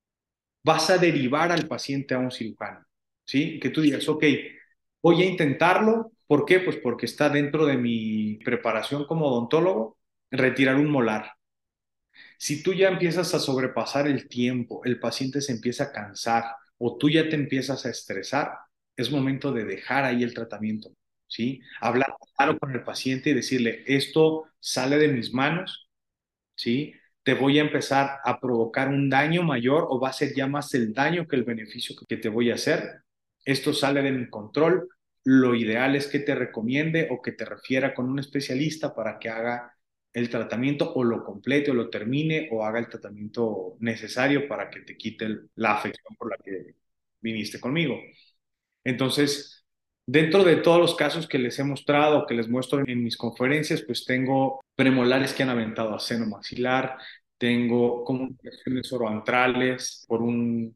vas a derivar al paciente a un cirujano, ¿sí? Que tú digas, ok, voy a intentarlo. ¿Por qué? Pues porque está dentro de mi preparación como odontólogo retirar un molar. Si tú ya empiezas a sobrepasar el tiempo, el paciente se empieza a cansar o tú ya te empiezas a estresar, es momento de dejar ahí el tratamiento, ¿sí? Hablar claro con el paciente y decirle, esto sale de mis manos, ¿sí? Te voy a empezar a provocar un daño mayor o va a ser ya más el daño que el beneficio que te voy a hacer. Esto sale de mi control. Lo ideal es que te recomiende o que te refiera con un especialista para que haga el tratamiento o lo complete o lo termine o haga el tratamiento necesario para que te quite el- la afección por la que viniste conmigo. Entonces, dentro de todos los casos que les he mostrado, que les muestro en mis conferencias, pues tengo premolares que han aventado a seno maxilar, tengo comunicaciones oroantrales por un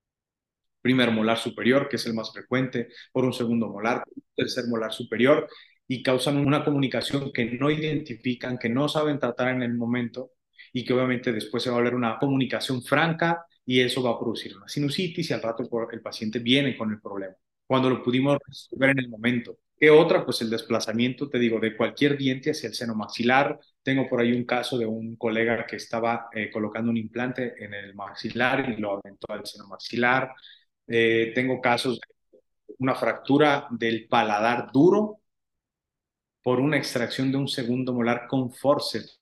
primer molar superior, que es el más frecuente, por un segundo molar, por un tercer molar superior, y causan una comunicación que no identifican, que no saben tratar en el momento, y que obviamente después se va a volver una comunicación franca y eso va a producir una sinusitis y al rato el paciente viene con el problema, cuando lo pudimos resolver en el momento. ¿Qué otra? Pues el desplazamiento, te digo, de cualquier diente hacia el seno maxilar. Tengo por ahí un caso de un colega que estaba eh, colocando un implante en el maxilar y lo aventó al seno maxilar. Eh, tengo casos de una fractura del paladar duro por una extracción de un segundo molar con forceps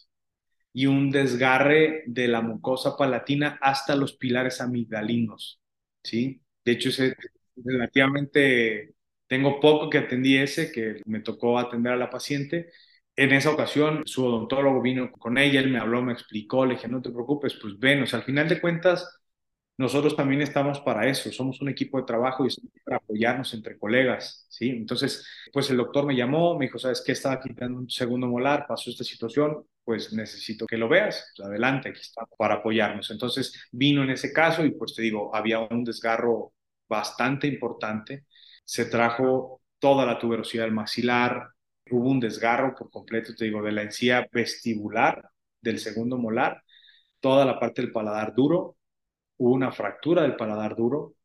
y un desgarre de la mucosa palatina hasta los pilares amigdalinos, ¿sí? De hecho, ese, relativamente tengo poco que atendí ese, que me tocó atender a la paciente. En esa ocasión, su odontólogo vino con ella, él me habló, me explicó, le dije, no te preocupes, pues ven, o sea, al final de cuentas, nosotros también estamos para eso, somos un equipo de trabajo y estamos para apoyarnos entre colegas, ¿sí? Entonces, pues el doctor me llamó, me dijo, ¿sabes qué? Estaba quitando un segundo molar, pasó esta situación, pues necesito que lo veas, pues, adelante, aquí está para apoyarnos. Entonces, vino en ese caso y pues te digo, había un desgarro bastante importante, se trajo toda la tuberosidad del maxilar, hubo un desgarro por completo, te digo, de la encía vestibular del segundo molar, toda la parte del paladar duro, hubo una fractura del paladar duro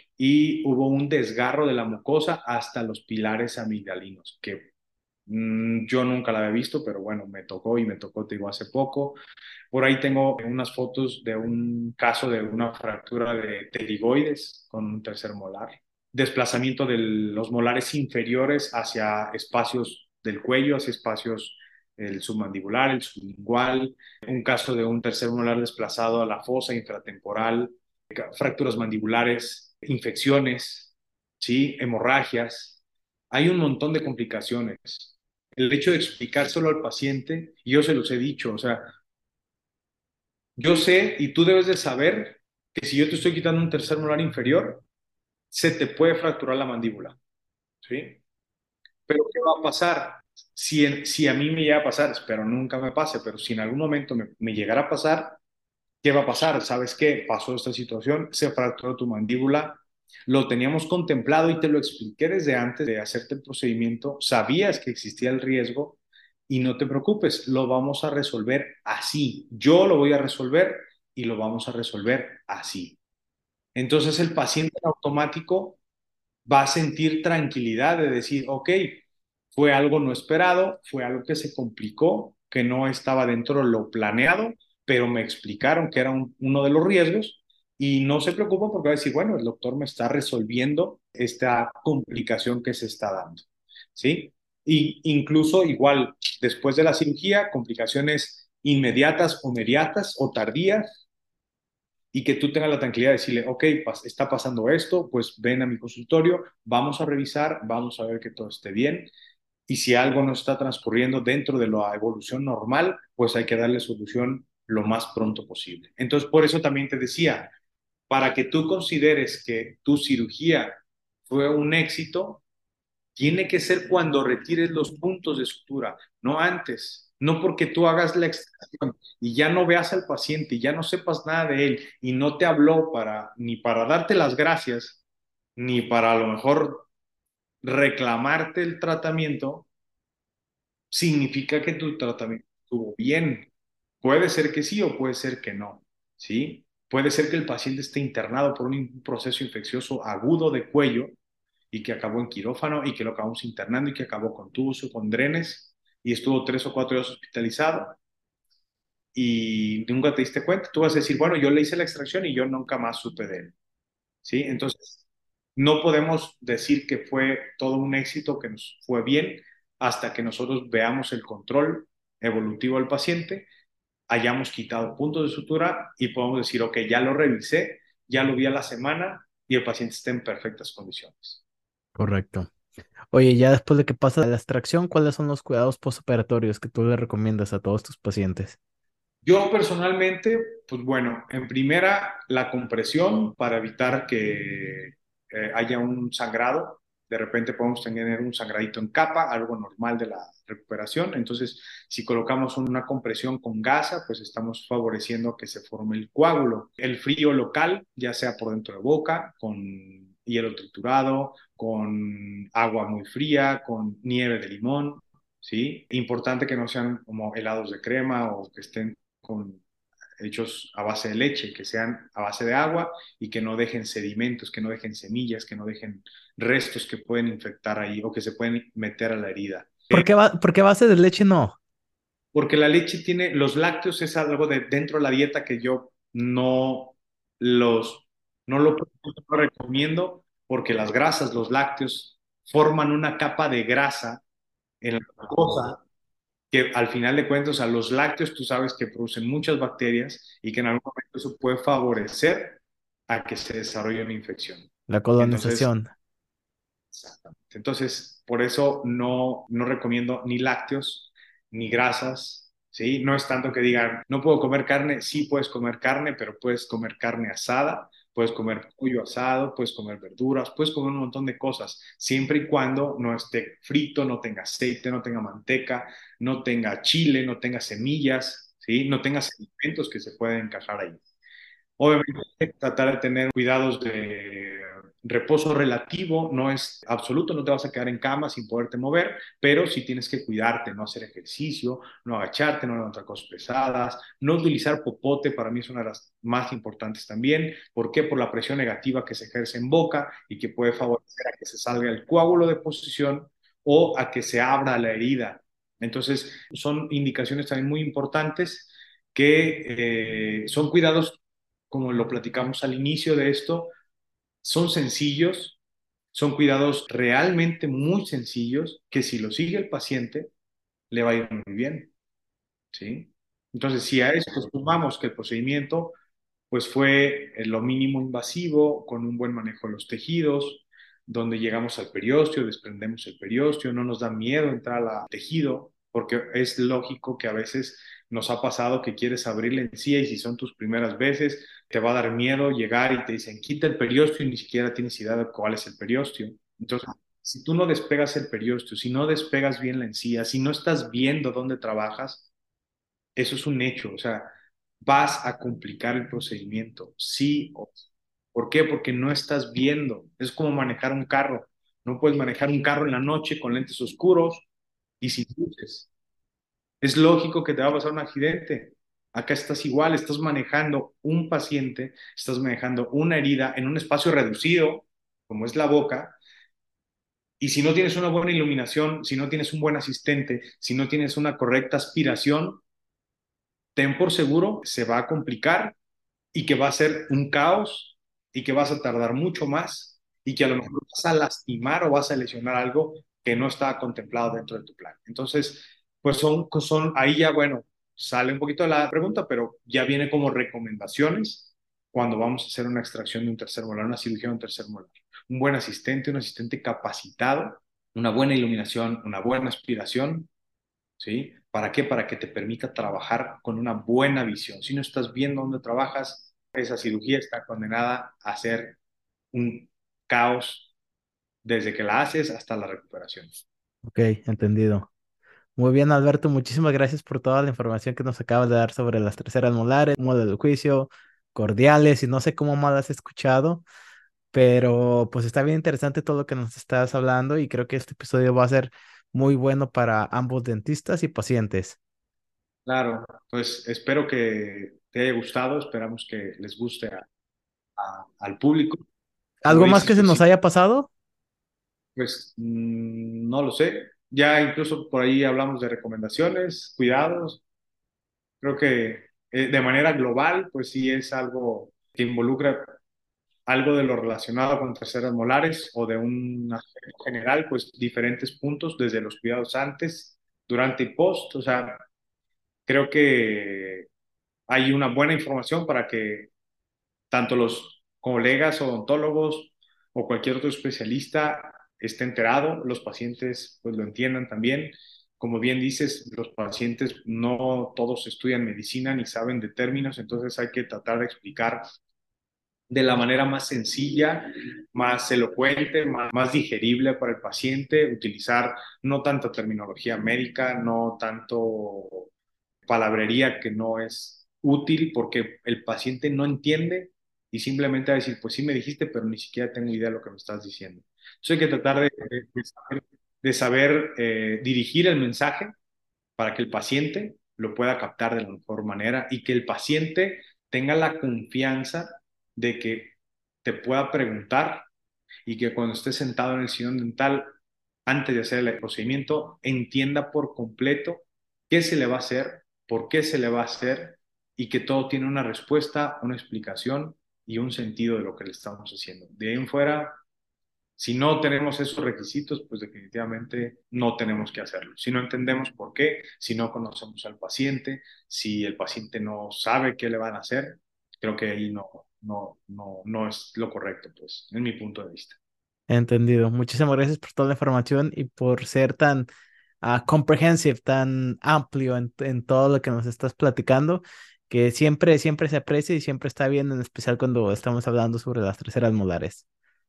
y hubo un desgarro de la mucosa hasta los pilares amigdalinos, que mmm, yo nunca la había visto, pero bueno, me tocó y me tocó, te digo, hace poco. Por ahí tengo unas fotos de un caso de una fractura de pterigoides con un tercer molar, desplazamiento de los molares inferiores hacia espacios del cuello, hacia espacios el submandibular, el sublingual, un caso de un tercer molar desplazado a la fosa infratemporal, fracturas mandibulares, infecciones, ¿sí? Hemorragias. Hay un montón de complicaciones. El hecho de explicárselo al paciente, yo se los he dicho, o sea, yo sé y tú debes de saber que si yo te estoy quitando un tercer molar inferior, se te puede fracturar la mandíbula, ¿sí? Pero ¿qué va a pasar? Si, en- si a mí me llega a pasar, espero nunca me pase, pero si en algún momento me, me llegara a pasar, ¿qué va a pasar? ¿Sabes qué? Pasó esta situación, se fracturó tu mandíbula, lo teníamos contemplado y te lo expliqué desde antes de hacerte el procedimiento, sabías que existía el riesgo y no te preocupes, lo vamos a resolver así. Yo lo voy a resolver y lo vamos a resolver así. Entonces el paciente en automático va a sentir tranquilidad de decir, ok, fue algo no esperado, fue algo que se complicó, que no estaba dentro de lo planeado, pero me explicaron que era un- uno de los riesgos y no se preocupa porque va a decir, bueno, el doctor me está resolviendo esta complicación que se está dando. ¿sí? Y incluso igual, después de la cirugía, complicaciones inmediatas o mediatas o tardías, y que tú tengas la tranquilidad de decirle, ok, pas está pasando esto, pues ven a mi consultorio, vamos a revisar, vamos a ver que todo esté bien, y si algo no está transcurriendo dentro de la evolución normal, pues hay que darle solución lo más pronto posible. Entonces, por eso también te decía, para que tú consideres que tu cirugía fue un éxito, tiene que ser cuando retires los puntos de sutura, no antes. No porque tú hagas la extracción y ya no veas al paciente y ya no sepas nada de él y no te habló para ni para darte las gracias, ni para a lo mejor reclamarte el tratamiento, significa que tu tratamiento estuvo bien. Puede ser que sí o puede ser que no, ¿sí? Puede ser que el paciente esté internado por un proceso infeccioso agudo de cuello y que acabó en quirófano y que lo acabamos internando y que acabó con tubos o con drenes y estuvo tres o cuatro días hospitalizado y nunca te diste cuenta. Tú vas a decir, bueno, yo le hice la extracción y yo nunca más supe de él, ¿sí? Entonces, no podemos decir que fue todo un éxito, que nos fue bien, hasta que nosotros veamos el control evolutivo del paciente, hayamos quitado puntos de sutura y podamos decir, ok, ya lo revisé, ya lo vi a la semana y el paciente está en perfectas condiciones. Correcto. Oye, ya después de que pasa la extracción, ¿cuáles son los cuidados postoperatorios que tú le recomiendas a todos tus pacientes? Yo personalmente, pues bueno, en primera, la compresión para evitar que eh, haya un sangrado. De repente podemos tener un sangradito en capa, algo normal de la recuperación. Entonces, si colocamos una compresión con gasa, pues estamos favoreciendo que se forme el coágulo. El frío local, ya sea por dentro de boca, con hielo triturado, con agua muy fría, con nieve de limón, ¿sí? Importante que no sean como helados de crema o que estén con, hechos a base de leche, que sean a base de agua y que no dejen sedimentos, que no dejen semillas, que no dejen restos que pueden infectar ahí o que se pueden meter a la herida. ¿Por qué, va, por qué base de leche no? Porque la leche tiene, los lácteos es algo de dentro de la dieta que yo no los, no lo, no lo recomiendo porque las grasas, los lácteos, forman una capa de grasa en la mucosa que al final de cuentas, a los lácteos tú sabes que producen muchas bacterias y que en algún momento eso puede favorecer a que se desarrolle una infección. La Entonces, colonización. exactamente. Entonces, por eso no, no recomiendo ni lácteos ni grasas, ¿sí? No es tanto que digan, no puedo comer carne, sí puedes comer carne, pero puedes comer carne asada, puedes comer pollo asado, puedes comer verduras, puedes comer un montón de cosas, siempre y cuando no esté frito, no tenga aceite, no tenga manteca, no tenga chile, no tenga semillas, ¿sí? No tenga sedimentos que se pueden encajar ahí. Obviamente, tratar de tener cuidados de reposo relativo no es absoluto, no te vas a quedar en cama sin poderte mover, pero sí tienes que cuidarte, no hacer ejercicio, no agacharte, no levantar cosas pesadas, no utilizar popote, para mí es una de las más importantes también. ¿Por qué? Por la presión negativa que se ejerce en boca y que puede favorecer a que se salga el coágulo de posición o a que se abra la herida. Entonces, son indicaciones también muy importantes que eh, son cuidados como lo platicamos al inicio de esto, son sencillos, son cuidados realmente muy sencillos que si lo sigue el paciente le va a ir muy bien, ¿sí? Entonces, si a esto sumamos que el procedimiento pues fue eh, lo mínimo invasivo, con un buen manejo de los tejidos, donde llegamos al periósteo, desprendemos el periósteo, no nos da miedo entrar al tejido, porque es lógico que a veces nos ha pasado que quieres abrir la encía y si son tus primeras veces, te va a dar miedo llegar y te dicen, quita el periósteo y ni siquiera tienes idea de cuál es el periósteo. Entonces, si tú no despegas el periósteo, si no despegas bien la encía, si no estás viendo dónde trabajas, eso es un hecho, o sea, vas a complicar el procedimiento, sí o sí. ¿Por qué? Porque no estás viendo. Es como manejar un carro. No puedes manejar un carro en la noche con lentes oscuros y sin luces. Es lógico que te va a pasar un accidente. Acá estás igual, estás manejando un paciente, estás manejando una herida en un espacio reducido, como es la boca, y si no tienes una buena iluminación, si no tienes un buen asistente, si no tienes una correcta aspiración, ten por seguro, se va a complicar y que va a ser un caos y que vas a tardar mucho más y que a lo mejor vas a lastimar o vas a lesionar algo que no estaba contemplado dentro de tu plan. Entonces, pues son, son ahí ya, bueno, sale un poquito de la pregunta, pero ya viene como recomendaciones cuando vamos a hacer una extracción de un tercer molar, una cirugía de un tercer molar. Un buen asistente, un asistente capacitado, una buena iluminación, una buena aspiración, ¿sí? ¿Para qué? Para que te permita trabajar con una buena visión. Si no estás viendo dónde trabajas, esa cirugía está condenada a ser un caos desde que la haces hasta la recuperación. Ok, entendido. Muy bien, Alberto, muchísimas gracias por toda la información que nos acabas de dar sobre las terceras molares, modo del juicio, cordiales y no sé cómo más has escuchado, pero pues está bien interesante todo lo que nos estás hablando y creo que este episodio va a ser muy bueno para ambos dentistas y pacientes. Claro, pues espero que te haya gustado, esperamos que les guste a- a- al público. Como ¿Algo más dices, que se pues nos sí, haya pasado? pues mm, no lo sé. Ya incluso por ahí hablamos de recomendaciones, cuidados. Creo que eh, de manera global, pues sí es algo que involucra algo de lo relacionado con terceras molares o de un aspecto general, pues diferentes puntos, desde los cuidados antes, durante y post. O sea, creo que hay una buena información para que tanto los colegas odontólogos o cualquier otro especialista esté enterado, los pacientes pues lo entiendan también. Como bien dices, los pacientes no todos estudian medicina ni saben de términos, entonces hay que tratar de explicar de la manera más sencilla, más elocuente, más, más digerible para el paciente, utilizar no tanta terminología médica, no tanto palabrería que no es útil porque el paciente no entiende y simplemente va a decir, pues sí me dijiste, pero ni siquiera tengo idea de lo que me estás diciendo. Entonces hay que tratar de, de- de saber, de saber, eh, dirigir el mensaje para que el paciente lo pueda captar de la mejor manera y que el paciente tenga la confianza de que te pueda preguntar y que cuando esté sentado en el sillón dental, antes de hacer el procedimiento, entienda por completo qué se le va a hacer, por qué se le va a hacer y que todo tiene una respuesta, una explicación y un sentido de lo que le estamos haciendo. De ahí en fuera, si no tenemos esos requisitos, pues definitivamente no tenemos que hacerlo. Si no entendemos por qué, si no conocemos al paciente, si el paciente no sabe qué le van a hacer, creo que ahí no, no, no, no es lo correcto, pues, en mi punto de vista. Entendido. Muchísimas gracias por toda la información y por ser tan ah, comprehensive, tan amplio en, en todo lo que nos estás platicando, que siempre, siempre se aprecia y siempre está bien, en especial cuando estamos hablando sobre las terceras molares.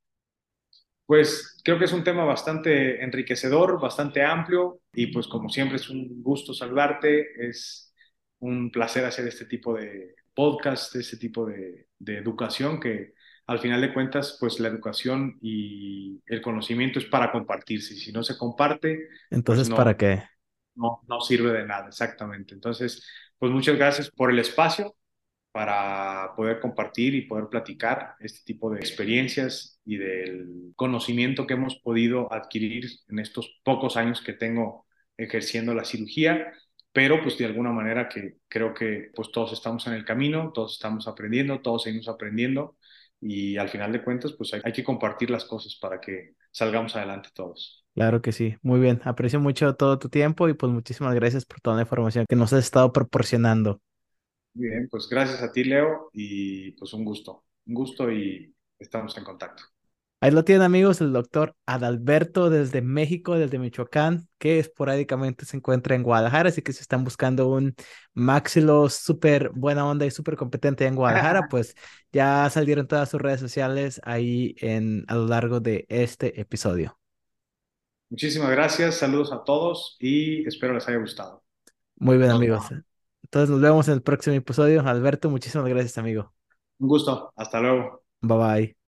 Pues creo que es un tema bastante enriquecedor, bastante amplio y pues como siempre es un gusto saludarte, es un placer hacer este tipo de podcast, este tipo de, de educación que al final de cuentas pues la educación y el conocimiento es para compartirse y si no se comparte pues Entonces, ¿para no, qué? no, no sirve de nada, exactamente. Entonces pues muchas gracias por el espacio para poder compartir y poder platicar este tipo de experiencias y del conocimiento que hemos podido adquirir en estos pocos años que tengo ejerciendo la cirugía, pero pues de alguna manera que creo que pues todos estamos en el camino, todos estamos aprendiendo, todos seguimos aprendiendo y al final de cuentas pues hay, hay que compartir las cosas para que salgamos adelante todos. Claro que sí. Muy bien. Aprecio mucho todo tu tiempo y pues muchísimas gracias por toda la información que nos has estado proporcionando. Muy bien, pues gracias a ti, Leo, y pues un gusto, un gusto y estamos en contacto. Ahí lo tienen amigos, el doctor Adalberto desde México, desde Michoacán, que esporádicamente se encuentra en Guadalajara, así que si están buscando un maxilo súper buena onda y súper competente en Guadalajara, pues ya salieron todas sus redes sociales ahí en, a lo largo de este episodio. Muchísimas gracias, saludos a todos y espero les haya gustado. Muy bien Nos amigos. vemos. Entonces nos vemos en el próximo episodio. Alberto, muchísimas gracias amigo. Un gusto, hasta luego. Bye bye.